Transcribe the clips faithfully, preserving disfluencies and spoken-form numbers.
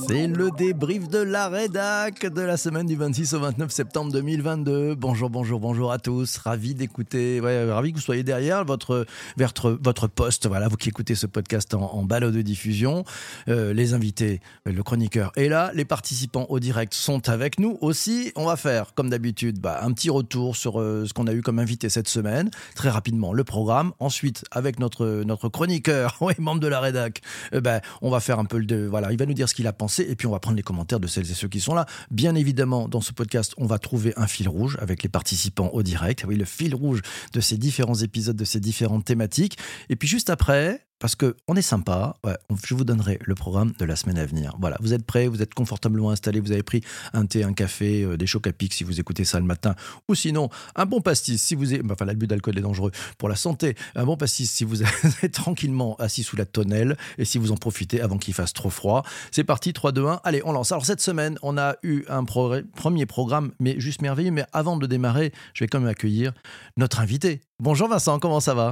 C'est le débrief de la rédac de la semaine du vingt-six au vingt-neuf septembre deux mille vingt-deux. Bonjour, bonjour, bonjour à tous. Ravi d'écouter, ouais, ravi que vous soyez derrière votre, votre, votre poste. Voilà, vous qui écoutez ce podcast en, en balado de diffusion. Euh, les invités, le chroniqueur est là. Les participants au direct sont avec nous aussi. On va faire, comme d'habitude, bah, un petit retour sur euh, ce qu'on a eu comme invité cette semaine. Très rapidement, le programme. Ensuite, avec notre, notre chroniqueur, oui, membre de la rédac, euh, bah, on va faire un peu le... De, voilà, il va nous dire ce qu'il a pensé et puis on va prendre les commentaires de celles et ceux qui sont là. Bien évidemment, dans ce podcast, on va trouver un fil rouge avec les participants au direct. Oui, le fil rouge de ces différents épisodes, de ces différentes thématiques. Et puis juste après, parce qu'on est sympa, ouais, je vous donnerai le programme de la semaine à venir. Voilà, vous êtes prêts, vous êtes confortablement installés, vous avez pris un thé, un café, euh, des chocs à pic si vous écoutez ça le matin, ou sinon un bon pastis si vous êtes, enfin l'abus d'alcool est dangereux pour la santé, un bon pastis si vous êtes tranquillement assis sous la tonnelle et si vous en profitez avant qu'il fasse trop froid. C'est parti, trois, deux, un, allez, on lance. Alors cette semaine, on a eu un pro- premier programme, mais juste merveilleux, mais avant de démarrer, je vais quand même accueillir notre invité. Bonjour Vincent, comment ça va ?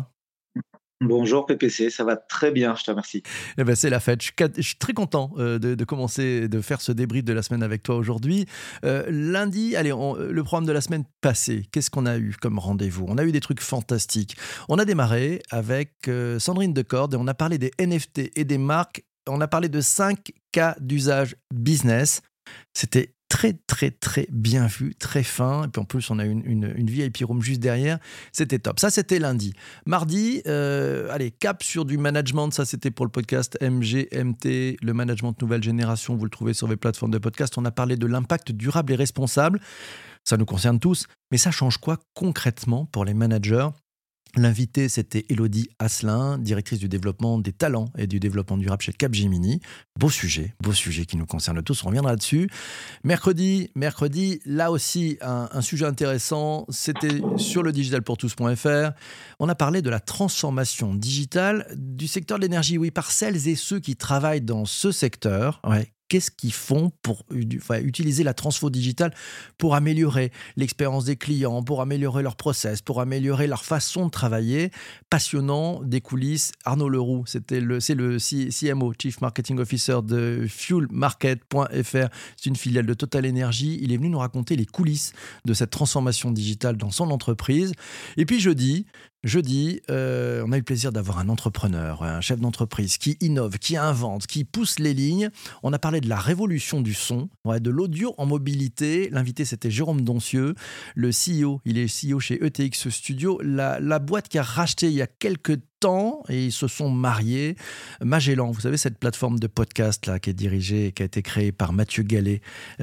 Bonjour P P C, ça va très bien, je te remercie. Eh ben, c'est la fête. Je suis, cat- je suis très content euh, de, de commencer, de faire ce débrief de la semaine avec toi aujourd'hui. Euh, lundi, allez, on- le programme de la semaine passée, qu'est-ce qu'on a eu comme rendez-vous ? On a eu des trucs fantastiques. On a démarré avec euh, Sandrine Decorde et on a parlé des N F T et des marques. On a parlé de cinq cas d'usage business. C'était très, très, très bien vu, très fin. Et puis en plus, on a une, une, une V I P room juste derrière. C'était top. Ça, c'était lundi. Mardi, euh, allez, cap sur du management. Ça, c'était pour le podcast M G M T, le management nouvelle génération. Vous le trouvez sur les plateformes de podcast. On a parlé de l'impact durable et responsable. Ça nous concerne tous. Mais ça change quoi concrètement pour les managers ? L'invitée, c'était Élodie Asselin, directrice du développement des talents et du développement durable chez Capgemini. Beau sujet, beau sujet qui nous concerne tous, on reviendra dessus. Mercredi, mercredi, là aussi, un, un sujet intéressant, c'était sur le digital pour tous point f r. On a parlé de la transformation digitale du secteur de l'énergie, oui, par celles et ceux qui travaillent dans ce secteur. Ouais. Qu'est-ce qu'ils font pour enfin, utiliser la transfo digitale pour améliorer l'expérience des clients, pour améliorer leur process, pour améliorer leur façon de travailler. Passionnant, des coulisses. Arnaud Leroux, c'était le, c'est le C M O, Chief Marketing Officer de fuel market point f r. C'est une filiale de Total Energy. Il est venu nous raconter les coulisses de cette transformation digitale dans son entreprise. Et puis jeudi, Jeudi, euh, on a eu le plaisir d'avoir un entrepreneur, un chef d'entreprise qui innove, qui invente, qui pousse les lignes. On a parlé de la révolution du son, ouais, de l'audio en mobilité. L'invité, c'était Jérôme Doncieux, le C E O. Il est C E O chez E T X Studio, la, la boîte qui a racheté il y a quelques temps et ils se sont mariés. Magellan, vous savez, cette plateforme de podcast là, qui est dirigée et qui a été créée par Mathieu Gallet,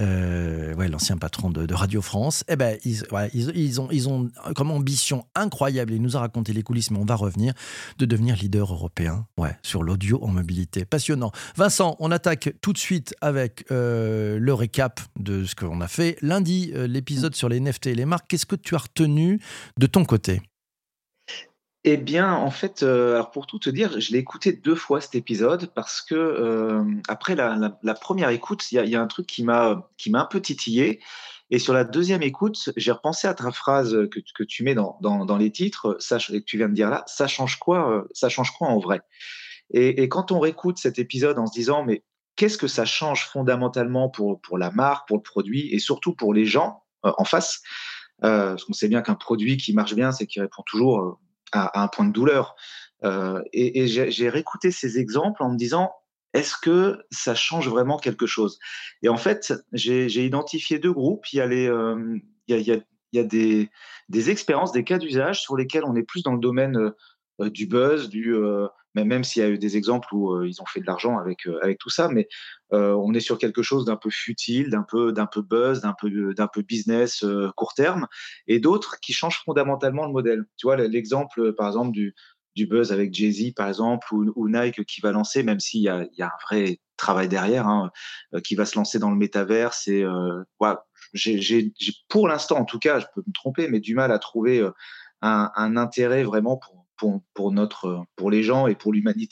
euh, ouais, l'ancien patron de, de Radio France. Eh ben, ils, ouais, ils, ils, ont, ils ont comme ambition incroyable, il nous a raconté les coulisses, mais on va revenir, de devenir leader européen ouais, sur l'audio en mobilité. Passionnant. Vincent, on attaque tout de suite avec euh, le récap de ce qu'on a fait. Lundi, euh, l'épisode sur les N F T et les marques. Qu'est-ce que tu as retenu de ton côté ? Eh bien, en fait, heu, alors pour tout te dire, je l'ai écouté deux fois cet épisode parce que, hem, après la la la première écoute, il y a il y a un truc qui m'a qui m'a un peu titillé et sur la deuxième écoute, j'ai repensé à ta phrase, que tu que tu mets dans dans dans les titres, ça ch que tu viens de dire là: «Ça change quoi, heu, ça change quoi en vrai?» et et quand on réécoute cet épisode en se disant: «Mais qu'est-ce que ça change fondamentalement pour pour la marque, pour le produit et surtout pour les gens, heu, en face?» Heu, parce qu'on sait bien qu'un produit qui marche bien, c'est qu'il répond toujours, heu, à à un point de douleur. Heu et et j'ai j'ai réécouté ces exemples en me disant: «Est-ce que ça change vraiment quelque chose?» et en fait, j'ai j'ai identifié deux groupes. Il y a les, hem, il y a il y a il y a des des expériences, des cas d'usage sur lesquels on est plus dans le domaine, heu heu, du buzz, du, heu même même s'il y a eu des exemples où, heu, ils ont fait de l'argent avec, heu, avec tout ça, mais heu, on est sur quelque chose d'un peu futile, d'un peu d'un peu buzz, d'un peu d'un peu business, heu, court terme et d'autres qui changent fondamentalement le modèle. Tu vois, l'exemple, euh, par exemple, du, du buzz avec Jay-Z, par exemple, ou, ou Nike qui va lancer, même s'il y a, il y a un vrai travail derrière, hein, euh, qui va se lancer dans le métaverse. Et euh, ouais, j'ai, j'ai, j'ai, pour l'instant, en tout cas, je peux me tromper, mais du mal à trouver euh, un, un intérêt vraiment pour, pour, pour, notre, pour les gens et pour l'humanité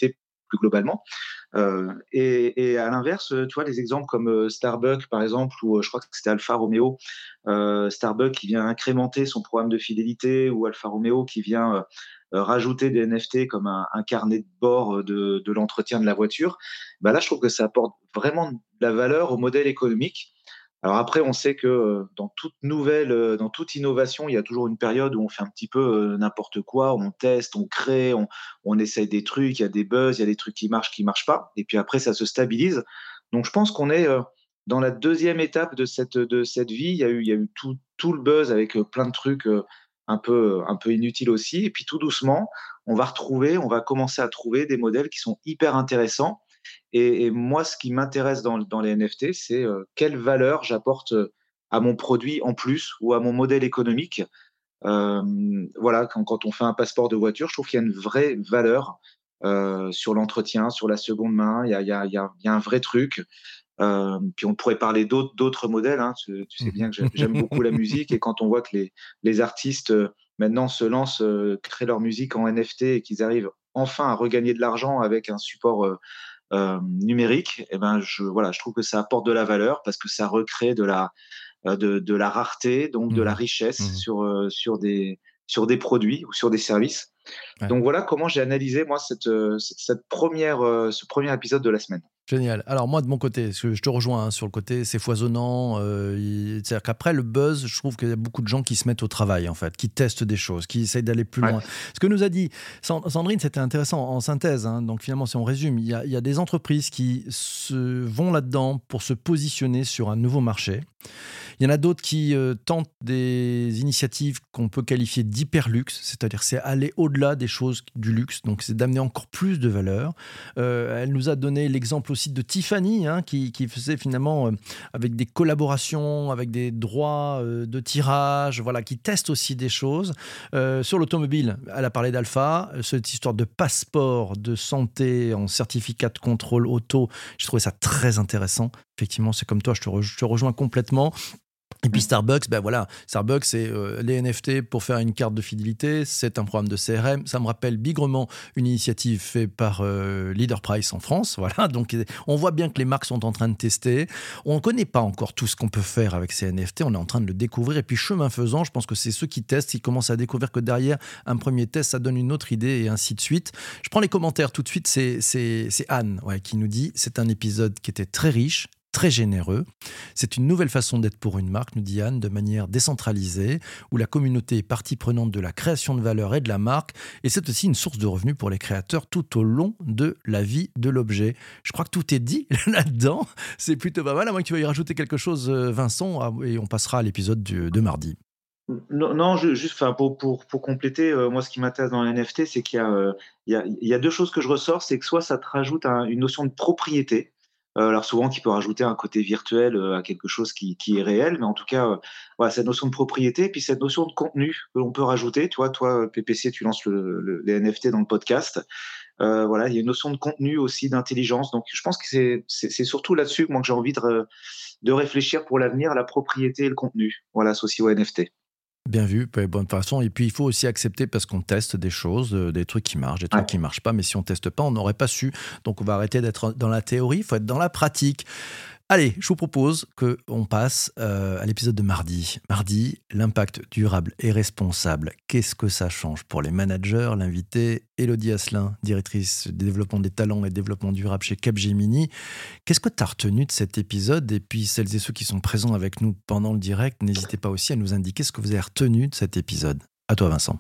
plus globalement. Euh, et, et à l'inverse, tu vois, des exemples comme euh, Starbucks, par exemple, ou euh, je crois que c'était Alfa Romeo, euh, Starbucks qui vient incrémenter son programme de fidélité, ou Alfa Romeo qui vient euh, euh, rajouter des N F T comme un, un carnet de bord de, de l'entretien de la voiture. Bah là, je trouve que ça apporte vraiment de la valeur au modèle économique. Alors après, on sait que euh, dans toute nouvelle, euh, dans toute innovation, il y a toujours une période où on fait un petit peu euh, n'importe quoi, on teste, on crée, on, on essaye des trucs, il y a des buzz, il y a des trucs qui marchent, qui marchent pas, et puis après, ça se stabilise. Donc je pense qu'on est euh, dans la deuxième étape de cette, de cette vie. Il y a eu, il y a eu tout, tout le buzz avec euh, plein de trucs euh, un peu, un peu inutiles aussi, et puis tout doucement, on va retrouver, on va commencer à trouver des modèles qui sont hyper intéressants. Et, et moi, ce qui m'intéresse dans, dans les N F T, c'est euh, quelle valeur j'apporte euh, à mon produit en plus ou à mon modèle économique. Euh, voilà, quand, quand on fait un passeport de voiture, je trouve qu'il y a une vraie valeur euh, sur l'entretien, sur la seconde main. Il y a, il y a, il y a, il y a un vrai truc. Euh, puis on pourrait parler d'autres, d'autres modèles. Hein. Tu, tu sais bien que j'ai- j'aime beaucoup la musique, et quand on voit que les, les artistes euh, maintenant se lancent, euh, créent leur musique en N F T et qu'ils arrivent enfin à regagner de l'argent avec un support euh, euh, numérique, et ben je voilà, je trouve que ça apporte de la valeur parce que ça recrée de la euh, de, de la rareté, donc de la Mhm. richesse Mhm. sur euh, sur des sur des produits ou sur des services. Ouais. Donc voilà comment j'ai analysé moi cette euh, cette, cette première euh, ce premier épisode de la semaine. Génial. Alors moi, de mon côté, parce que je te rejoins hein, sur le côté, c'est foisonnant. euh, il- C'est-à-dire qu'après le buzz, je trouve qu'il y a beaucoup de gens qui se mettent au travail, en fait, qui testent des choses, qui essayent d'aller plus Ouais. loin. Ce que nous a dit San- Sandrine, c'était intéressant en synthèse. Hein. Donc finalement, si on résume, il y a, il y a des entreprises qui se vont là-dedans pour se positionner sur un nouveau marché. Il y en a d'autres qui euh, tentent des initiatives qu'on peut qualifier d'hyperluxe, c'est-à-dire c'est aller au-delà des choses du luxe, donc c'est d'amener encore plus de valeur. Euh, elle nous a donné l'exemple aussi de Tiffany, hein, qui, qui faisait finalement euh, avec des collaborations, avec des droits euh, de tirage, voilà, qui teste aussi des choses. Euh, sur l'automobile, elle a parlé d'Alpha, euh, cette histoire de passeport de santé en certificat de contrôle auto, j'ai trouvé ça très intéressant. Effectivement, c'est comme toi, je te, re- je te rejoins complètement. Et puis Starbucks, ben voilà, Starbucks, c'est euh, les N F T pour faire une carte de fidélité, c'est un programme de C R M. Ça me rappelle bigrement une initiative faite par euh, Leader Price en France. Voilà, donc euh, on voit bien que les marques sont en train de tester. On ne connaît pas encore tout ce qu'on peut faire avec ces N F T, on est en train de le découvrir. Et puis chemin faisant, je pense que c'est ceux qui testent, qui commencent à découvrir que derrière un premier test, ça donne une autre idée et ainsi de suite. Je prends les commentaires tout de suite, c'est, c'est, c'est Anne ouais, qui nous dit c'est un épisode qui était très riche, très généreux. C'est une nouvelle façon d'être pour une marque, nous dit Anne, de manière décentralisée, où la communauté est partie prenante de la création de valeur et de la marque, et c'est aussi une source de revenus pour les créateurs tout au long de la vie de l'objet. Je crois que tout est dit là-dedans, c'est plutôt pas mal, à moins que tu veuilles y rajouter quelque chose, euh, Vincent, et on passera à l'épisode du- de mardi. Non, non, je- juste enfin, pour, pour, pour compléter, euh, moi ce qui m'intéresse dans les N F T, c'est qu'il y a, euh, il y a, il y a deux choses que je ressors, c'est que soit ça te rajoute un- une notion de propriété, euh, alors souvent qui peut rajouter un côté virtuel euh, à quelque chose qui, qui est réel, mais en tout cas, euh, voilà, cette notion de propriété, puis cette notion de contenu que l'on peut rajouter. Tu vois, toi, P P C, tu lances le, le- les N F T dans le podcast. Euh, voilà, il y a une notion de contenu aussi, d'intelligence. Donc je pense que c'est c'est c'est surtout là-dessus que moi que j'ai envie de, de réfléchir pour l'avenir, la propriété et le contenu, voilà, associé au N F T. Bien vu, de bonne façon. Et puis, il faut aussi accepter parce qu'on teste des choses, euh, des trucs qui marchent, des trucs qui Ouais. marchent pas. Mais si on teste pas, on n'aurait pas su. Donc, on va arrêter d'être dans la théorie, il faut être dans la pratique. Allez, je vous propose qu'on passe euh, à l'épisode de mardi. Mardi, l'impact durable et responsable. Qu'est-ce que ça change pour les managers? L'invité, Élodie Asselin, directrice du développement des talents et développement durable chez Capgemini. Qu'est-ce que tu as retenu de cet épisode? Et puis, celles et ceux qui sont présents avec nous pendant le direct, n'hésitez pas aussi à nous indiquer ce que vous avez retenu de cet épisode. À toi, Vincent.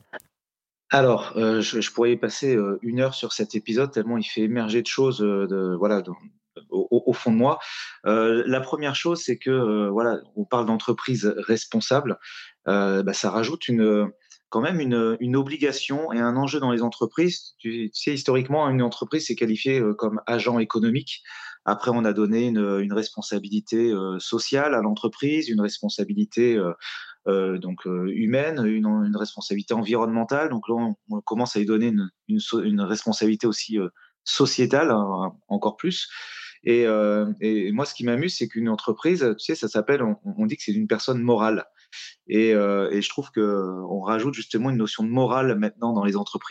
Alors, euh, je, je pourrais y passer euh, une heure sur cet épisode tellement il fait émerger de choses euh, de, voilà, dans- au, au- au fond de moi. Euh, la première chose, c'est que euh, voilà, on parle d'entreprise responsable. Euh, bah, ça rajoute une, quand même une, une obligation et un enjeu dans les entreprises. Tu, tu sais, historiquement, une entreprise c'est qualifiée euh, comme agent économique. Après, on a donné une, une responsabilité euh, sociale à l'entreprise, une responsabilité euh, euh, donc euh, humaine, une, une responsabilité environnementale. Donc là, on, on commence à y donner une, une, so- une responsabilité aussi euh, sociétale, hein, encore plus. Et, euh, et moi, ce qui m'amuse, c'est qu'une entreprise, tu sais, ça s'appelle, on, on dit que c'est une personne morale. Et, euh, et je trouve que on rajoute justement une notion de morale maintenant dans les entreprises.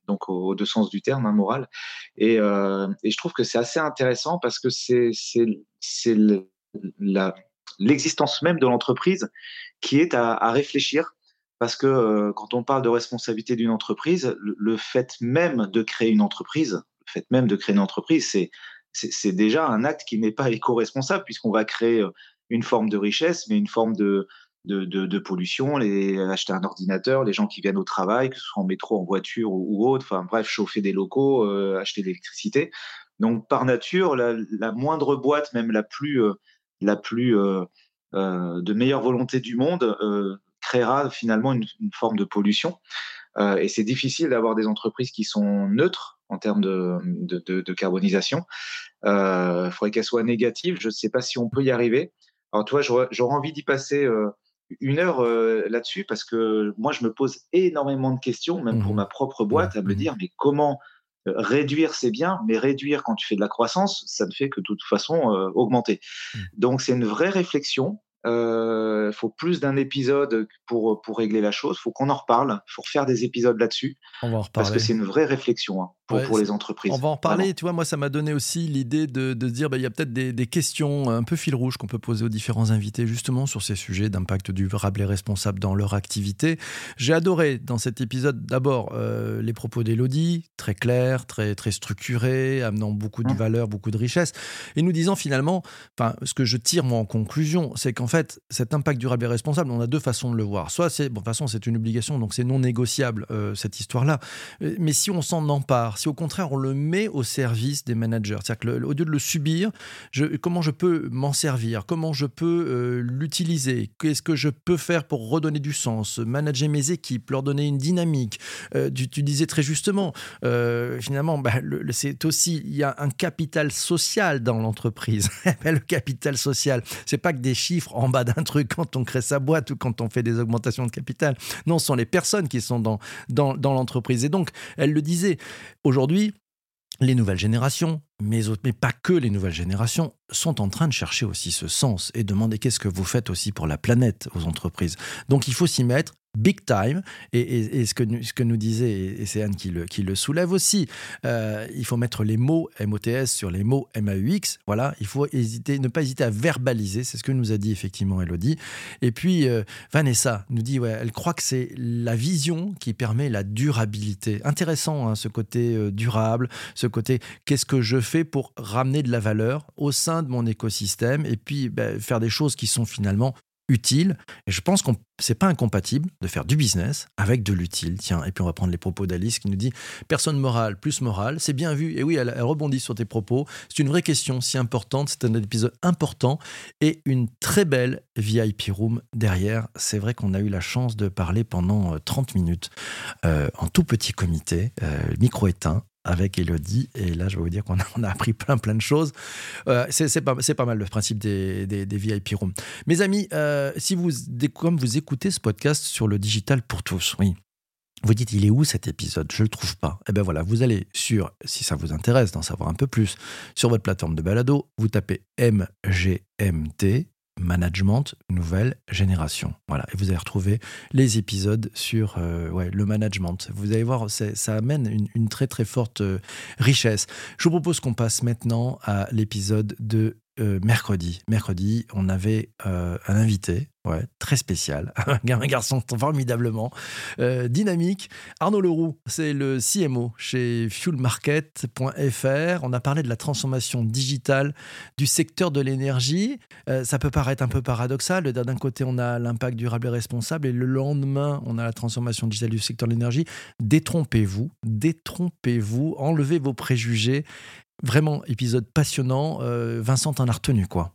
donc aux, aux deux sens du terme, hein, morale. Et, euh, et je trouve que c'est assez intéressant parce que c'est, c'est, c'est le- la, l'existence même de l'entreprise qui est à, à réfléchir. Parce que euh, quand on parle de responsabilité d'une entreprise, le, le fait même de créer une entreprise, le fait même de créer une entreprise, c'est, c'est, c'est déjà un acte qui n'est pas éco-responsable puisqu'on va créer euh, une forme de richesse, mais une forme de, de, de, de pollution, les, acheter un ordinateur, les gens qui viennent au travail, que ce soit en métro, en voiture ou, ou autre, enfin bref, chauffer des locaux, euh, acheter de l'électricité. Donc par nature, la, la moindre boîte, même la plus, euh, la plus euh, euh, de meilleure volonté du monde, euh, créera finalement une, une forme de pollution. Euh, et c'est difficile d'avoir des entreprises qui sont neutres en termes de, de, de, de carbonisation. Il euh, faudrait qu'elles soient négatives. Je ne sais pas si on peut y arriver. Alors, toi, j'aurais, j'aurais envie d'y passer euh, une heure euh, là-dessus parce que moi, je me pose énormément de questions, même pour Mhm. ma propre Mhm. boîte, à me Mhm. dire, mais comment euh, réduire, c'est bien, mais réduire quand tu fais de la croissance, ça ne fait que de toute façon euh, augmenter. Mhm. Donc, c'est une vraie réflexion. Il euh, faut plus d'un épisode pour, pour régler la chose. Il faut qu'on en reparle. Il faut refaire des épisodes là-dessus On va en parce que reparler. c'est une vraie réflexion hein, pour, Ouais, pour c'est- les on entreprises. va en reparler. Vraiment. Tu vois, moi, ça m'a donné aussi l'idée de, de se dire, bah, il y a peut-être des, des questions un peu fil rouge qu'on peut poser aux différents invités, justement, sur ces sujets d'impact durable et responsable dans leur activité. J'ai adoré dans cet épisode, d'abord, euh, les propos d'Élodie, très clairs, très, très structurés, amenant beaucoup de Mmh. valeur, beaucoup de richesse, et nous disant finalement, enfin, ce que je tire, moi, en conclusion, c'est qu'en fait, cet impact durable et responsable, on a deux façons de le voir. Soit c'est, bon, de toute façon, c'est une obligation, donc c'est non négociable, euh, cette histoire-là. Euh, Mais si on s'en empare, si au contraire on le met au service des managers, c'est-à-dire que le- au lieu de le subir, je- comment je peux m'en servir, comment je peux euh, l'utiliser, qu'est-ce que je peux faire pour redonner du sens, manager mes équipes, leur donner une dynamique. Euh, tu, tu disais très justement, euh, finalement, bah, le- le- c'est aussi, il y a un capital social dans l'entreprise. Le capital social, c'est pas que des chiffres en bas d'un truc quand on crée sa boîte ou quand on fait des augmentations de capital. Non, ce sont les personnes qui sont dans, dans, dans l'entreprise. Et donc, elle le disait, aujourd'hui, les nouvelles générations, mais, autres- mais pas que les nouvelles générations, sont en train de chercher aussi ce sens et demander qu'est-ce que vous faites aussi pour la planète aux entreprises. Donc il faut s'y mettre big time. Et, et- et ce, que, nous- ce que nous disait, et c'est Anne qui le, qui le soulève aussi, euh, il faut mettre les mots M O T S sur les mots M A U X. Voilà, il faut hésiter, ne pas hésiter à verbaliser. C'est ce que nous a dit effectivement Elodie. Et puis euh, Vanessa nous dit, ouais, elle croit que c'est la vision qui permet la durabilité. Intéressant, hein, ce côté euh, durable, ce côté qu'est-ce que je fais pour ramener de la valeur au sein de mon écosystème et puis ben, faire des choses qui sont finalement utiles. Et je pense que c'est pas incompatible de faire du business avec de l'utile. Tiens, et puis on va prendre les propos d'Alice qui nous dit personne morale plus morale, c'est bien vu. Et oui, elle, elle rebondit sur tes propos. C'est une vraie question si importante. C'est un épisode important et une très belle V I P room derrière. C'est vrai qu'on a eu la chance de parler pendant euh, trente minutes euh, en tout petit comité, euh, micro éteint, avec Elodie. Et là, je vais vous dire qu'on a, on a appris plein, plein de choses. Euh, c'est, c'est, pas, c'est pas mal le principe des, des, des V I P rooms. Mes amis, euh, si vous, comme vous écoutez ce podcast sur le digital pour tous, oui. Vous dites, il est où cet épisode? Je ne le trouve pas. Eh bien voilà, vous allez sur, si ça vous intéresse d'en savoir un peu plus, sur votre plateforme de balado, vous tapez M G M T, Management Nouvelle Génération. Voilà, et vous allez retrouver les épisodes sur euh, ouais, le management. Vous allez voir, c'est, ça amène une, une très très forte euh, richesse. Je vous propose qu'on passe maintenant à l'épisode de euh, mercredi. Mercredi, on avait euh, un invité, ouais, très spécial, un garçon formidablement euh, dynamique. Arnaud Leroux, c'est le C M O chez fuel market point f r. On a parlé de la transformation digitale du secteur de l'énergie. Euh, ça peut paraître un peu paradoxal. D'un côté, on a l'impact durable et responsable, et le lendemain, on a la transformation digitale du secteur de l'énergie. Détrompez-vous, détrompez-vous, enlevez vos préjugés. Vraiment, épisode passionnant. Euh, Vincent t'en a retenu, quoi.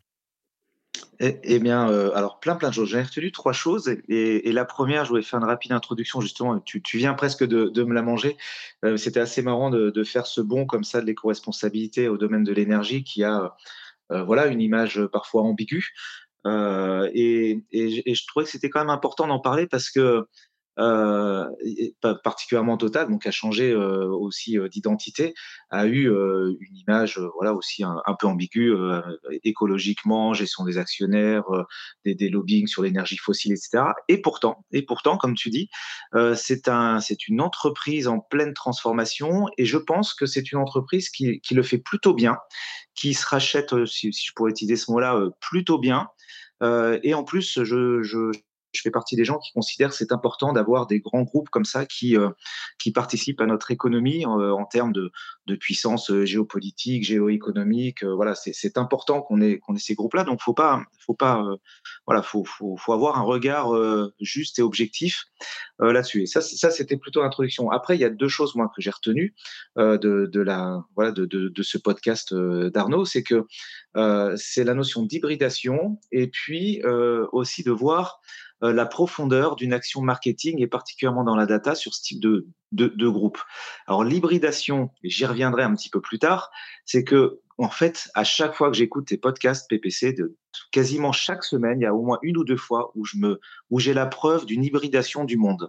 Eh, eh bien, euh, alors plein plein de choses. J'ai retenu trois choses et, et la première, je voulais faire une rapide introduction justement. Tu, tu viens presque de, de me la manger. Euh, c'était assez marrant de, de faire ce bond comme ça de l'éco-responsabilité au domaine de l'énergie qui a euh, voilà une image parfois ambiguë. Euh, et, et, et je trouvais que c'était quand même important d'en parler parce que heu, et et pa particulièrement Total, donc a changé, heu, aussi, heu, d'identité, a eu, heu, une image, heu, voilà aussi un un peu ambiguë, heu, écologiquement, gestion des actionnaires, heu, des des lobbying sur l'énergie fossile et cetera et pourtant et pourtant, comme tu dis, heu, c'est un c'est une entreprise en pleine transformation et je pense que c'est une entreprise qui qui le fait plutôt bien, qui se rachète, heu, si si je pourrais utiliser ce mot-là, heu, plutôt bien, heu et en plus, je je je fais partie des gens qui considèrent que c'est important d'avoir des grands groupes comme ça qui, heu, qui participent à notre économie, heu, en termes de de puissance, heu, géopolitique, géoéconomique, heu, voilà, c'est c'est important qu'on ait qu'on ait ces groupes-là, donc faut pas faut pas, heu, voilà, faut faut faut avoir un regard, heu, juste et objectif, heu, là-dessus et ça c ça c'était plutôt l'introduction. Après, il y a deux choses moi que j'ai retenues, heu, de de la voilà, de de de ce podcast, heu, d'Arnaud, c'est que, heu, c'est la notion d'hybridation et puis, heu, aussi de voir, heu, la profondeur d'une action marketing et particulièrement dans la data sur ce type de de de groupe. Alors l'hybridation, et j'y reviendrai un petit peu plus tard, c'est qu'en fait, à chaque fois que j'écoute tes podcasts P P C, de quasiment chaque semaine, il y a au moins une ou deux fois où je me où j'ai la preuve d'une hybridation du monde.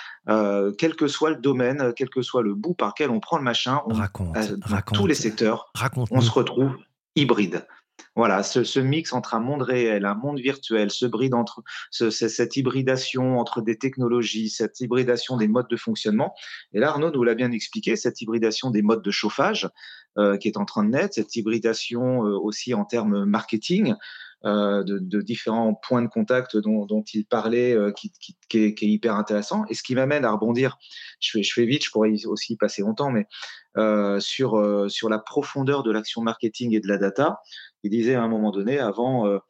Heu, quel que soit le domaine, quel que soit le bout par lequel on prend le machin, on Raconte, heu, dans tous les raconte, secteurs, on se raconte-nous. retrouve hybride. Voilà, ce ce mix entre un monde réel, un monde virtuel, ce bride entre ce ce cette hybridation entre des technologies, cette hybridation des modes de fonctionnement et là, Arnaud nous l'a bien expliqué, cette hybridation des modes de chauffage, heu, qui est en train de naître, cette hybridation, heu, aussi en termes marketing, heu, de de différents points de contact dont dont il parlait, heu, qui qui qui est qui est hyper intéressant et ce qui m'amène à rebondir, je fais je fais vite, je pourrais y aussi y passer longtemps, mais heu, sur, heu, sur la profondeur de l'action marketing et de la data. Il disait à un moment donné, avant, heu,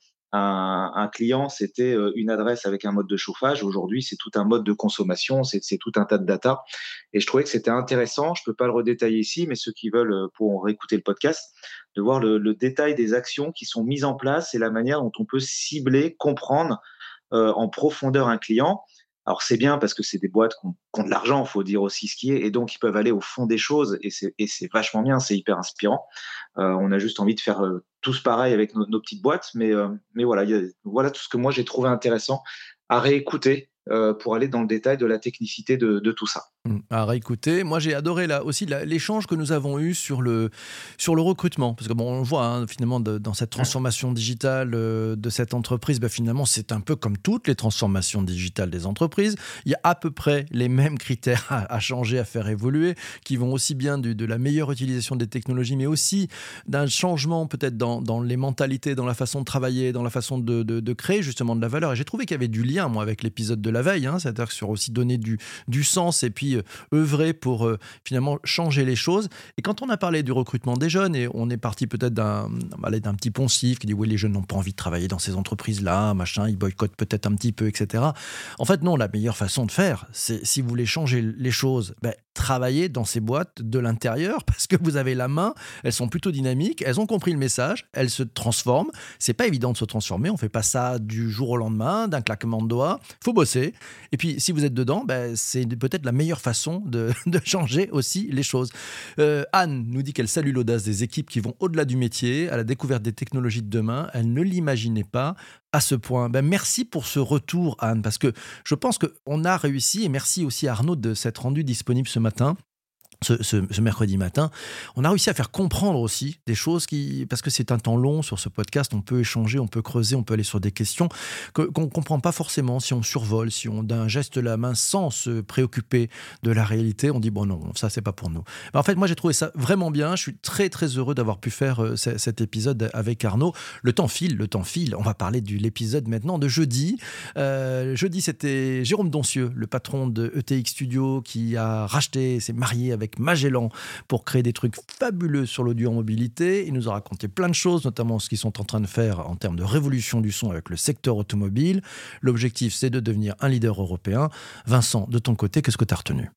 un un client, c'était, heu, une adresse avec un mode de chauffage. Aujourd'hui, c'est tout un mode de consommation, c'est c'est tout un tas de data et je trouvais que c'était intéressant. Je peux pas le redétailler ici, mais ceux qui veulent, heu, pourront réécouter le podcast, de voir le le détail des actions qui sont mises en place et la manière dont on peut cibler, comprendre, heu, en profondeur un client. Alors c'est bien parce que c'est des boîtes qui ont qui ont de l'argent, il faut dire aussi ce qui est et donc ils peuvent aller au fond des choses et c'est et c'est vachement bien, c'est hyper inspirant. Heu, on a juste envie de faire, heu, tous pareil avec nos nos petites boîtes, mais heu, mais voilà, il y a voilà tout ce que moi j'ai trouvé intéressant à réécouter, heu, pour aller dans le détail de la technicité de de tout ça. Mmh, à réécouter. Moi, j'ai adoré là aussi la l'échange que nous avons eu sur le sur le recrutement. Parce que bon, on le voit, hein, finalement de dans cette Mmh. transformation digitale, heu, de cette entreprise, bah, finalement, c'est un peu comme toutes les transformations digitales des entreprises. Il y a à peu près les mêmes critères à à changer, à faire évoluer, qui vont aussi bien du de la meilleure utilisation des technologies, mais aussi d'un changement peut-être dans dans les mentalités, dans la façon de travailler, dans la façon de de de créer justement de la valeur et j'ai trouvé qu'il y avait du lien, moi, avec l'épisode de la veille, hein. C'est-à-dire que sur aussi donner du du sens et puis, heu, œuvrer pour, heu, finalement changer les choses et quand on a parlé du recrutement des jeunes et on est parti peut-être d'un allez, d'un petit poncif qui dit: «Oui, les jeunes n'ont pas envie de travailler dans ces entreprises-là, machin, ils boycottent peut-être un petit peu et cetera». En fait, non, la meilleure façon de faire, c'est si vous voulez changer les choses, beh, travaillez dans ces boîtes de l'intérieur parce que vous avez la main, elles sont plutôt dynamiques, elles ont compris le message, elles se transforment. C'est pas évident de se transformer, on fait pas ça du jour au lendemain, d'un claquement de doigts, faut bosser et puis si vous êtes dedans, ben, c'est peut-être la meilleure façon de, de changer aussi les choses. Euh, Anne nous dit qu'elle salue l'audace des équipes qui vont au-delà du métier, à la découverte des technologies de demain. Elle ne l'imaginait pas à ce point. Ben, merci pour ce retour, Anne, parce que je pense qu'on a réussi, et merci aussi à Arnaud de s'être rendu disponible ce matin ce, ce- ce mercredi matin, on a réussi à faire comprendre aussi des choses qui, parce que c'est un temps long sur ce podcast, on peut échanger, on peut creuser, on peut aller sur des questions que- qu'on ne comprend pas forcément si on survole, si on d'un geste la main sans se préoccuper de la réalité, on dit bon non, ça c'est pas pour nous. Mais en fait, moi j'ai trouvé ça vraiment bien, je suis très très heureux d'avoir pu faire euh, ce- cet épisode avec Arnaud. Le temps file, le temps file, on va parler de l'épisode maintenant de jeudi. Euh, jeudi c'était Jérôme Doncieux, le patron de E T X Studio qui a racheté, s'est marié avec Magellan pour créer des trucs fabuleux sur l'audio en mobilité. Il nous a raconté plein de choses, notamment ce qu'ils sont en train de faire en termes de révolution du son avec le secteur automobile. L'objectif, c'est de devenir un leader européen. Vincent, de ton côté, qu'est-ce que tu as retenu?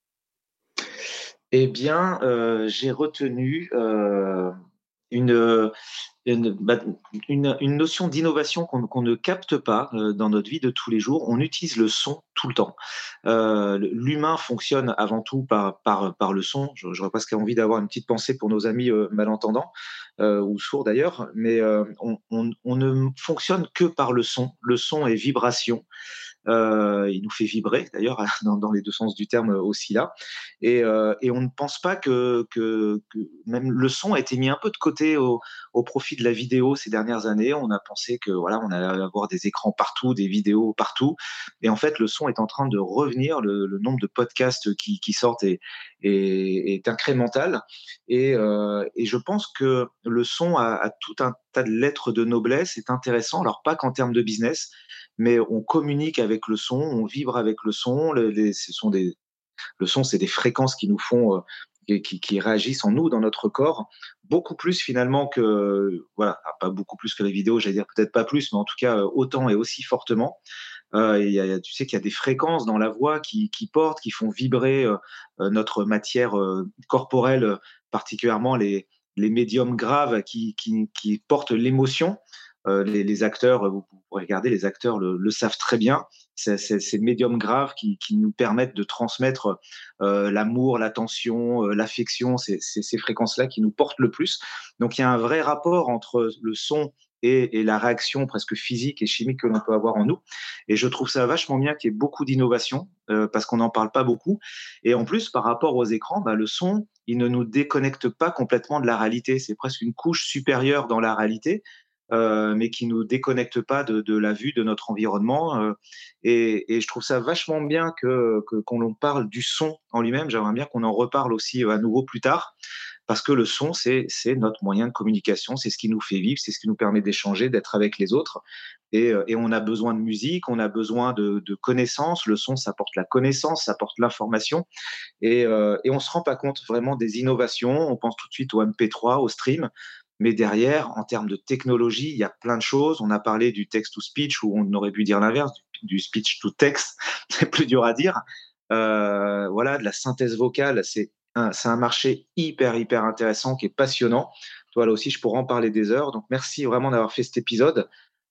Eh bien, heu, j'ai retenu, heu, une, une, bah, une une notion d'innovation qu'on qu'on ne capte pas, heu, dans notre vie de tous les jours. On utilise le son tout le temps. Heu, l'humain fonctionne avant tout par par par le son. Je j'aurais presque envie d'avoir une petite pensée pour nos amis, heu, malentendants, heu, ou sourds d'ailleurs, mais heu, on on on ne fonctionne que par le son. Le son est vibration. Heu, il nous fait vibrer d'ailleurs dans dans les deux sens du terme, aussi là et heu et on ne pense pas que que que même le son a été mis un peu de côté au au profit de la vidéo ces dernières années. On a pensé que voilà, on allait avoir des écrans partout, des vidéos partout et en fait, le son est en train de revenir. Le le nombre de podcasts qui qui sortent est est est incrémental et heu et je pense que le son a a tout un tas de lettres de noblesse, c'est intéressant. Alors pas qu'en termes de business, mais on communique avec le son, on vibre avec le son. Le les ce sont des le son, c'est des fréquences qui nous font, heu et qui qui réagissent en nous, dans notre corps, beaucoup plus finalement que voilà, ah, pas beaucoup plus que les vidéos, j'allais dire peut-être pas plus, mais en tout cas, heu, autant et aussi fortement. Heu, il y a il y a tu sais qu'il y a des fréquences dans la voix qui qui portent, qui font vibrer, heu heu, notre matière, heu, corporelle, heu, particulièrement les les médiums graves qui qui qui portent l'émotion. Heu, les les acteurs, vous vous pourrez regarder, les acteurs le le savent très bien. C'est c'est ces médiums graves qui qui nous permettent de transmettre, heu, l'amour, l'attention, heu, l'affection, c'est c'est ces fréquences-là qui nous portent le plus. Donc il y a un vrai rapport entre le son et et la réaction presque physique et chimique que l'on peut avoir en nous et je trouve ça vachement bien qu'il y ait beaucoup d'innovation, heu, parce qu'on n'en parle pas beaucoup et en plus par rapport aux écrans, bah, le son, il ne nous déconnecte pas complètement de la réalité. C'est presque une couche supérieure dans la réalité, heu, mais qui nous déconnecte pas de de la vue de notre environnement, heu et et je trouve ça vachement bien que que qu'on en parle du son en lui-même. J'aimerais bien qu'on en reparle aussi, heu, à nouveau plus tard parce que le son, c'est c'est notre moyen de communication, c'est ce qui nous fait vivre, c'est ce qui nous permet d'échanger, d'être avec les autres et heu et on a besoin de musique, on a besoin de de connaissances. Le son, ça apporte la connaissance, ça apporte l'information et heu et on se rend pas compte vraiment des innovations. On pense tout de suite au M P trois, au stream, mais derrière, en termes de technologie, il y a plein de choses. On a parlé du text to speech ou on aurait pu dire l'inverse, du du speech to text, c'est plus dur à dire. Heu, voilà, de la synthèse vocale, c'est un c'est un marché hyper, hyper intéressant qui est passionnant. Toi, là aussi, je pourrais en parler des heures, donc merci vraiment d'avoir fait cet épisode.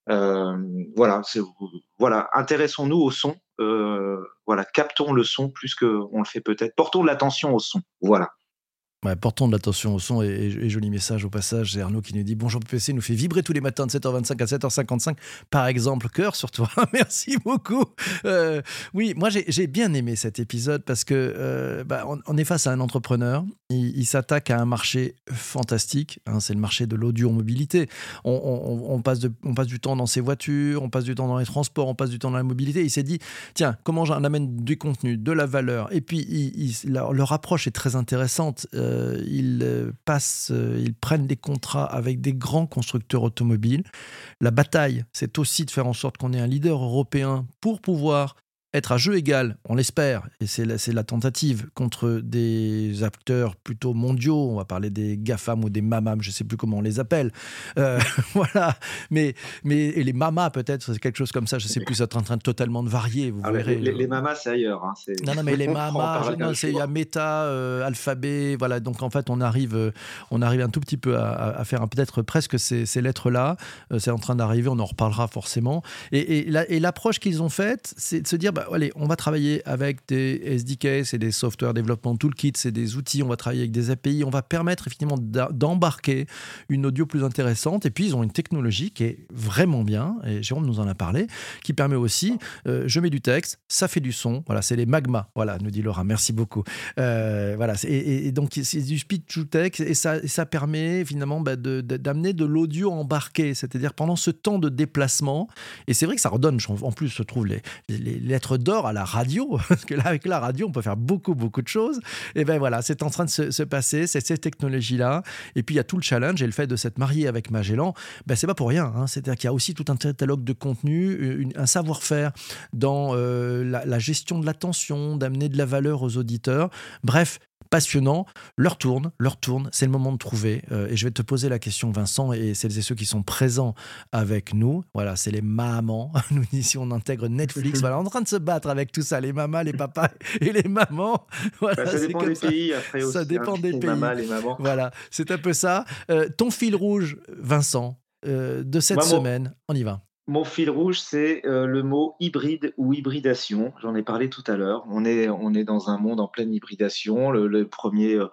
Hem, voilà, c'est voilà, intéressons-nous au son, heu, voilà, captons le son plus qu'on le fait peut-être. Portons de l'attention au son, voilà. Ouais, portons de l'attention au son et, et- et joli message au passage. C'est Arnaud qui nous dit bonjour P P C, nous fait vibrer tous les matins de sept heures vingt-cinq à sept heures cinquante-cinq. Par exemple, cœur sur toi. Merci beaucoup. Euh, oui, moi j'ai j'ai bien aimé cet épisode parce que euh, bah, on, on est face à un entrepreneur. Il, il s'attaque à un marché fantastique. Hein, c'est le marché de l'audio-mobilité. On, on- on passe de- on passe du temps dans ses voitures, on passe du temps dans les transports, on passe du temps dans la mobilité. Il s'est dit tiens, comment j'en amène du contenu, de la valeur. Et puis, il- il- leur, leur approche est très intéressante. Euh, ils euh, passent, euh, ils prennent des contrats avec des grands constructeurs automobiles. La bataille, c'est aussi de faire en sorte qu'on ait un leader européen pour pouvoir être à jeu égal, on l'espère, et c'est la, c'est la tentative, contre des acteurs plutôt mondiaux. On va parler des GAFAM ou des MAMAM, je ne sais plus comment on les appelle. Euh, voilà. Mais, mais, et les MAMA, peut-être, c'est quelque chose comme ça, je ne sais plus, c'est en train de totalement de varier, vous Alors les verrez. les les mamas, c'est ailleurs, hein, c'est Non, non, mais les on pourra en mamas, je- parler un non, c'est il y a jour. méta, euh, alphabet, voilà. Donc en fait, on arrive, euh, on arrive un tout petit peu à, à- à faire un- peut-être presque ces, ces lettres-là. Euh, c'est en train d'arriver, on en reparlera forcément. Et, et la- et l'approche qu'ils ont faite, c'est de se dire, bah, allez, on va travailler avec des S D K, c'est des software development toolkits, c'est des outils. On va travailler avec des A P I. On va permettre effectivement d'a- d'embarquer une audio plus intéressante. Et puis ils ont une technologie qui est vraiment bien. Et Jérôme nous en a parlé, qui permet aussi, euh, je mets du texte, ça fait du son. Voilà, c'est les magmas. Voilà, nous dit Laura. Merci beaucoup. Euh, voilà, c'est- et, et donc c'est du speech to text et ça, et ça permet finalement bah, de- de- d'amener de l'audio embarqué, c'est-à-dire pendant ce temps de déplacement. Et c'est vrai que ça redonne, je trouve, en plus, je trouve les, les lettres d'or à la radio, parce que là, avec la radio, on peut faire beaucoup, beaucoup de choses. Et ben voilà, c'est en train de se, se passer, c'est ces technologies-là. Et puis il y a tout le challenge et le fait de s'être marié avec Magellan, ben, c'est pas pour rien. Hein. C'est-à-dire qu'il y a aussi tout un catalogue de contenu, une- un savoir-faire dans euh, la, la gestion de l'attention, d'amener de la valeur aux auditeurs. Bref, passionnant. Leur tourne, leur tourne. C'est le moment de trouver. Euh, et je vais te poser la question, Vincent, et celles et ceux qui sont présents avec nous. Voilà, c'est les mamans. Nous, ici, on intègre Netflix. Voilà, on est en train de se battre avec tout ça, les mamas, les papas et les mamans. Bah, Voilà, ça c'est dépend comme des ça. pays après Ça aussi, hein, dépend des les pays. mamas, les mamans. Voilà, c'est un peu ça. Euh, ton fil rouge, Vincent, euh, de cette Moi, mon semaine, on y va. mon fil rouge, c'est, heu, le mot hybride ou hybridation. J'en ai parlé tout à l'heure. On est on est dans un monde en pleine hybridation. Le le premier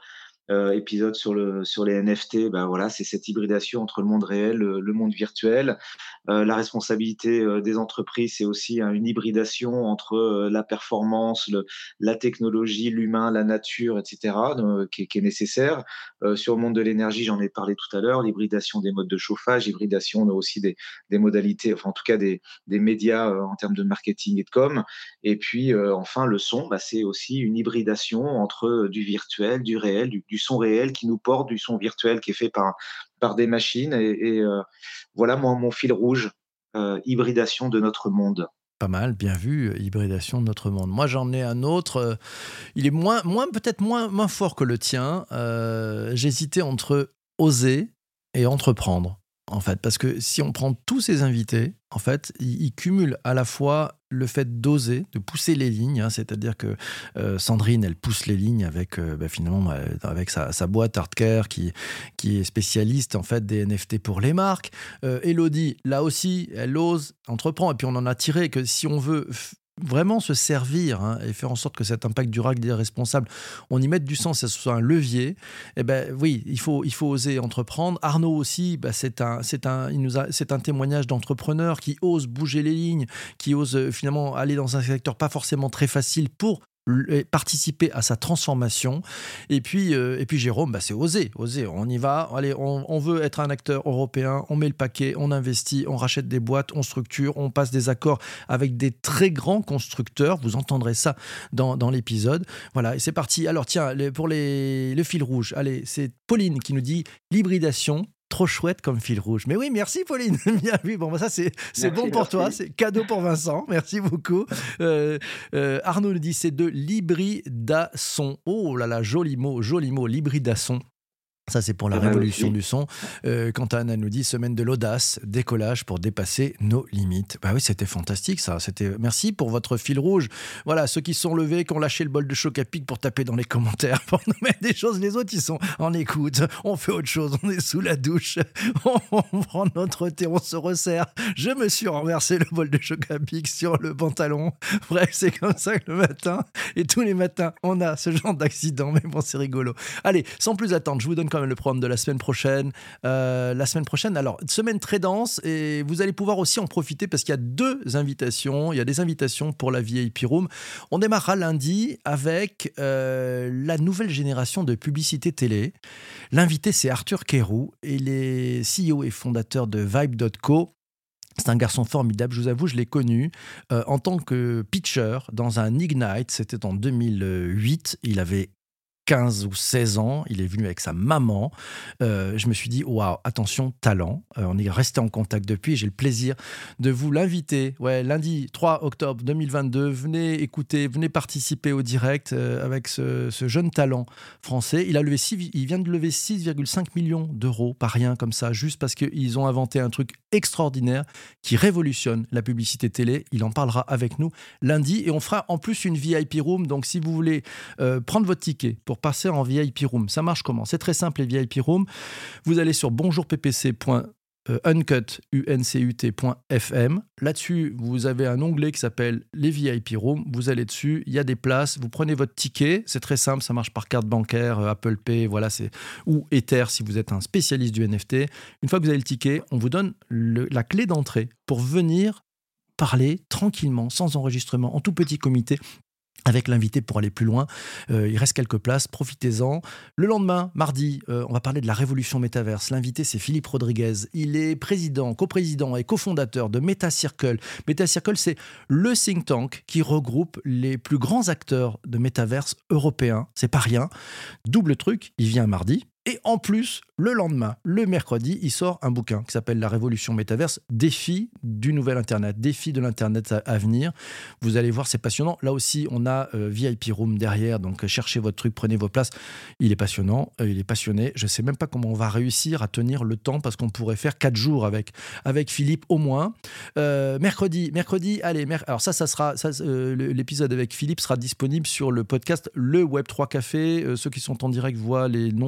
euh, épisode sur le sur les N F T. Ben voilà, c'est cette hybridation entre le monde réel, le, le monde virtuel. Euh, la responsabilité euh, des entreprises, c'est aussi hein, une hybridation entre euh, la performance, le, la technologie, l'humain, la nature, et cetera, euh, qui, est, qui est nécessaire. Euh, sur le monde de l'énergie, j'en ai parlé tout à l'heure, l'hybridation des modes de chauffage, hybridation aussi des, des modalités, enfin en tout cas des, des médias euh, en termes de marketing et de com. Et puis euh, enfin le son, bah, c'est aussi une hybridation entre euh, du virtuel, du réel, du, du son réel qui nous porte, du son virtuel qui est fait par, par des machines. Et, et euh, voilà moi, mon fil rouge, euh, hybridation de notre monde. Pas mal, bien vu, hybridation de notre monde. Moi, j'en ai un autre. euh, il est moins, moins peut-être moins, moins fort que le tien. Euh, j'hésitais entre oser et entreprendre, en fait. Parce que si on prend tous ces invités, en fait, ils, ils cumulent à la fois le fait d'oser, de pousser les lignes, hein, c'est-à-dire que euh, Sandrine, elle pousse les lignes avec, euh, bah, finalement, euh, avec sa, sa boîte Artcare qui, qui est spécialiste en fait des N F T pour les marques. Euh, Elodie, là aussi, elle ose, entreprend, et puis on en a tiré que si on veut f- vraiment se servir hein, et faire en sorte que cet impact durable des responsables, on y mette du sens, que ce soit un levier, eh ben oui, il faut, il faut oser entreprendre. Arnaud aussi, bah, c'est un, c'est un, il nous a, c'est un témoignage d'entrepreneur qui ose bouger les lignes, qui ose euh, finalement aller dans un secteur pas forcément très facile pour l- participer à sa transformation. Et puis, euh, et puis Jérôme, bah, c'est oser, oser. On y va. Allez, on, on veut être un acteur européen. On met le paquet, on investit, on rachète des boîtes, on structure, on passe des accords avec des très grands constructeurs. Vous entendrez ça dans, dans l'épisode. Voilà, et c'est parti. Alors tiens, les- pour les, le fil rouge, allez, c'est Pauline qui nous dit l'hybridation. Trop chouette comme fil rouge. Mais oui, merci Pauline. Bien vu. Bon, bah ça c'est c'est Merci, bon pour toi. merci. C'est cadeau pour Vincent. Merci beaucoup. Euh, euh, Arnaud nous dit c'est de l'hybridasson. Oh là là, joli mot, joli mot, l'hybridasson. Ça, c'est pour la Pas mal révolution aussi. du son. Euh, quant à Anna nous dit semaine de l'audace, décollage pour dépasser nos limites. Bah oui, c'était fantastique ça. C'était merci pour votre fil rouge. Voilà, ceux qui se sont levés, qui ont lâché le bol de choc à pic pour taper dans les commentaires, pour nous mettre des choses. Les autres, ils sont en écoute. On fait autre chose. On est sous la douche. On, on prend notre thé, on se resserre. Je me suis renversé le bol de choc à pic sur le pantalon. Bref, c'est comme ça que le matin et tous les matins, on a ce genre d'accident. Mais bon, c'est rigolo. Allez, sans plus attendre, je vous donne quand même le programme de la semaine prochaine. Euh, la semaine prochaine, alors, semaine très dense et vous allez pouvoir aussi en profiter parce qu'il y a deux invitations. Il y a des invitations pour la V I P Room. On démarrera lundi avec euh, la nouvelle génération de publicité télé. L'invité, c'est Arthur Kérou. Il est C E O et fondateur de Vibe point co. C'est un garçon formidable, je vous avoue, je l'ai connu euh, en tant que pitcher dans un Ignite, c'était en deux mille huit, il avait quinze ou seize ans, il est venu avec sa maman. Euh, je me suis dit, waouh, attention, talent. Euh, on est resté en contact depuis. J'ai le plaisir de vous l'inviter. Ouais, lundi trois octobre deux mille vingt-deux, venez écouter, venez participer au direct euh, avec ce, ce jeune talent français. Il, a levé six, il vient de lever six virgule cinq millions d'euros, pas rien comme ça, juste parce qu'ils ont inventé un truc extraordinaire qui révolutionne la publicité télé. Il en parlera avec nous lundi et on fera en plus une V I P Room. Donc si vous voulez euh, prendre votre ticket pour passer en V I P Room. Ça marche comment ? C'est très simple, les V I P Room. Vous allez sur bonjour p p c point uncut point f m. Là-dessus, vous avez un onglet qui s'appelle les V I P Room. Vous allez dessus, il y a des places. Vous prenez votre ticket. C'est très simple, ça marche par carte bancaire, euh, Apple Pay, voilà, c'est... ou Ether si vous êtes un spécialiste du N F T. Une fois que vous avez le ticket, on vous donne le- la clé d'entrée pour venir parler tranquillement, sans enregistrement, en tout petit comité, avec l'invité pour aller plus loin. Euh, il reste quelques places, profitez-en. Le lendemain, mardi, euh, on va parler de la révolution métaverse. L'invité, c'est Philippe Rodriguez. Il est président, coprésident et cofondateur de MetaCircle. MetaCircle, c'est le think tank qui regroupe les plus grands acteurs de métaverse européens. C'est pas rien. Double truc, il vient mardi. Et en plus, le lendemain, le mercredi, il sort un bouquin qui s'appelle La Révolution Métaverse, défi du nouvel Internet, défi de l'Internet à, à venir. Vous allez voir, c'est passionnant. Là aussi, on a euh, V I P Room derrière, donc cherchez votre truc, prenez vos places. Il est passionnant, euh, il est passionné. Je ne sais même pas comment on va réussir à tenir le temps parce qu'on pourrait faire quatre jours avec, avec Philippe au moins. Euh, mercredi, mercredi, allez, mer- alors ça, ça sera, ça, euh, l'épisode avec Philippe sera disponible sur le podcast Le Web trois Café. Euh, ceux qui sont en direct voient les noms des différents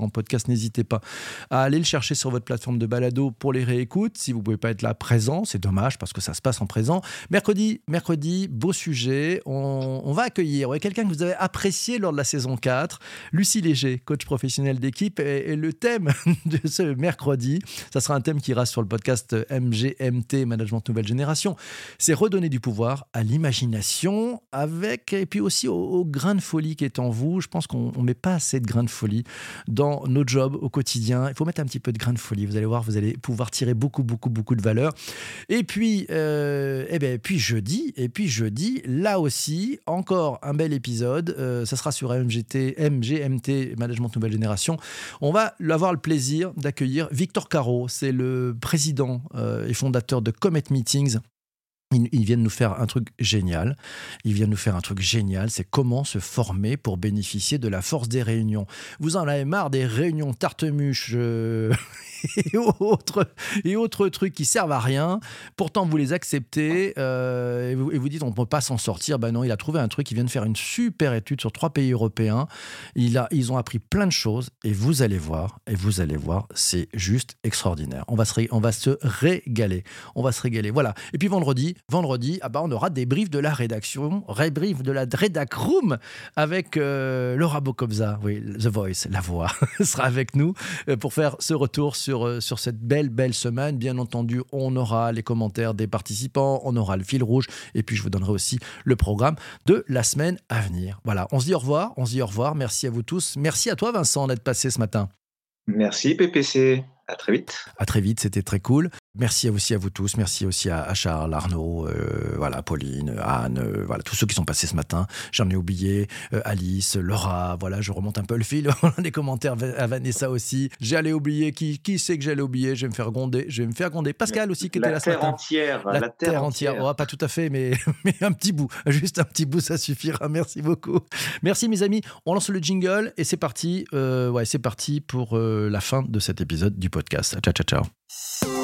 en podcast, n'hésitez pas à aller le chercher sur votre plateforme de balado pour les réécoutes. Si vous ne pouvez pas être là présent, c'est dommage parce que ça se passe en présent. Mercredi, mercredi, beau sujet. On, on va accueillir ouais, quelqu'un que vous avez apprécié lors de la saison quatre, Lucie Léger, coach professionnel d'équipe. Et, et le thème de ce mercredi, ça sera un thème qui ira sur le podcast M G M T, Management Nouvelle Génération. C'est redonner du pouvoir à l'imagination avec, et puis aussi au, au grain de folie qui est en vous. Je pense qu'on ne met pas assez de grain de folie dans nos jobs au quotidien. Il faut mettre un petit peu de grain de folie. Vous allez voir, vous allez pouvoir tirer beaucoup, beaucoup, beaucoup de valeur. Et puis, euh, eh ben, puis jeudi, et puis jeudi, là aussi, encore un bel épisode. Euh, ça sera sur M G T, M G M T, Management Nouvelle Génération. On va avoir le plaisir d'accueillir Victor Caro. C'est le président euh, et fondateur de Comet Meetings. Ils viennent nous faire un truc génial. Ils viennent nous faire un truc génial. C'est comment se former pour bénéficier de la force des réunions. Vous en avez marre des réunions tartemuches euh, et, autres, et autres trucs qui servent à rien. Pourtant, vous les acceptez euh, et, vous, et vous dites on ne peut pas s'en sortir. Ben non, il a trouvé un truc. Il vient de faire une super étude sur trois pays européens. Il a, ils ont appris plein de choses et vous allez voir. Et vous allez voir, c'est juste extraordinaire. On va se, on va se régaler. On va se régaler. Voilà. Et puis vendredi, Vendredi, ah bah on aura des briefs de la rédaction, briefs de la Redac Room avec euh, Laura Bocobza, oui, The Voice, la voix, sera avec nous euh, pour faire ce retour sur, euh, sur cette belle, belle semaine. Bien entendu, on aura les commentaires des participants, on aura le fil rouge et puis je vous donnerai aussi le programme de la semaine à venir. Voilà, on se dit au revoir, on se dit au revoir. Merci à vous tous. Merci à toi, Vincent, d'être passé ce matin. Merci, P P C. À très vite. À très vite, c'était très cool. Merci aussi à vous tous. Merci aussi à, à Charles, Arnaud, euh, voilà, Pauline, Anne, euh, voilà, tous ceux qui sont passés ce matin. J'en ai oublié. Euh, Alice, Laura, voilà, je remonte un peu le fil. On a des commentaires à Vanessa aussi. J'allais oublier. Qui, qui sait que j'allais oublier? Je vais me faire gronder. Je vais me faire gronder. Pascal aussi qui la était là ce matin. Entière, la, la terre, terre entière. entière. Oh, pas tout à fait, mais, mais un petit bout. Juste un petit bout, ça suffira. Merci beaucoup. Merci mes amis. On lance le jingle et c'est parti. Euh, ouais, c'est parti pour euh, la fin de cet épisode du podcast. Ciao, ciao, ciao.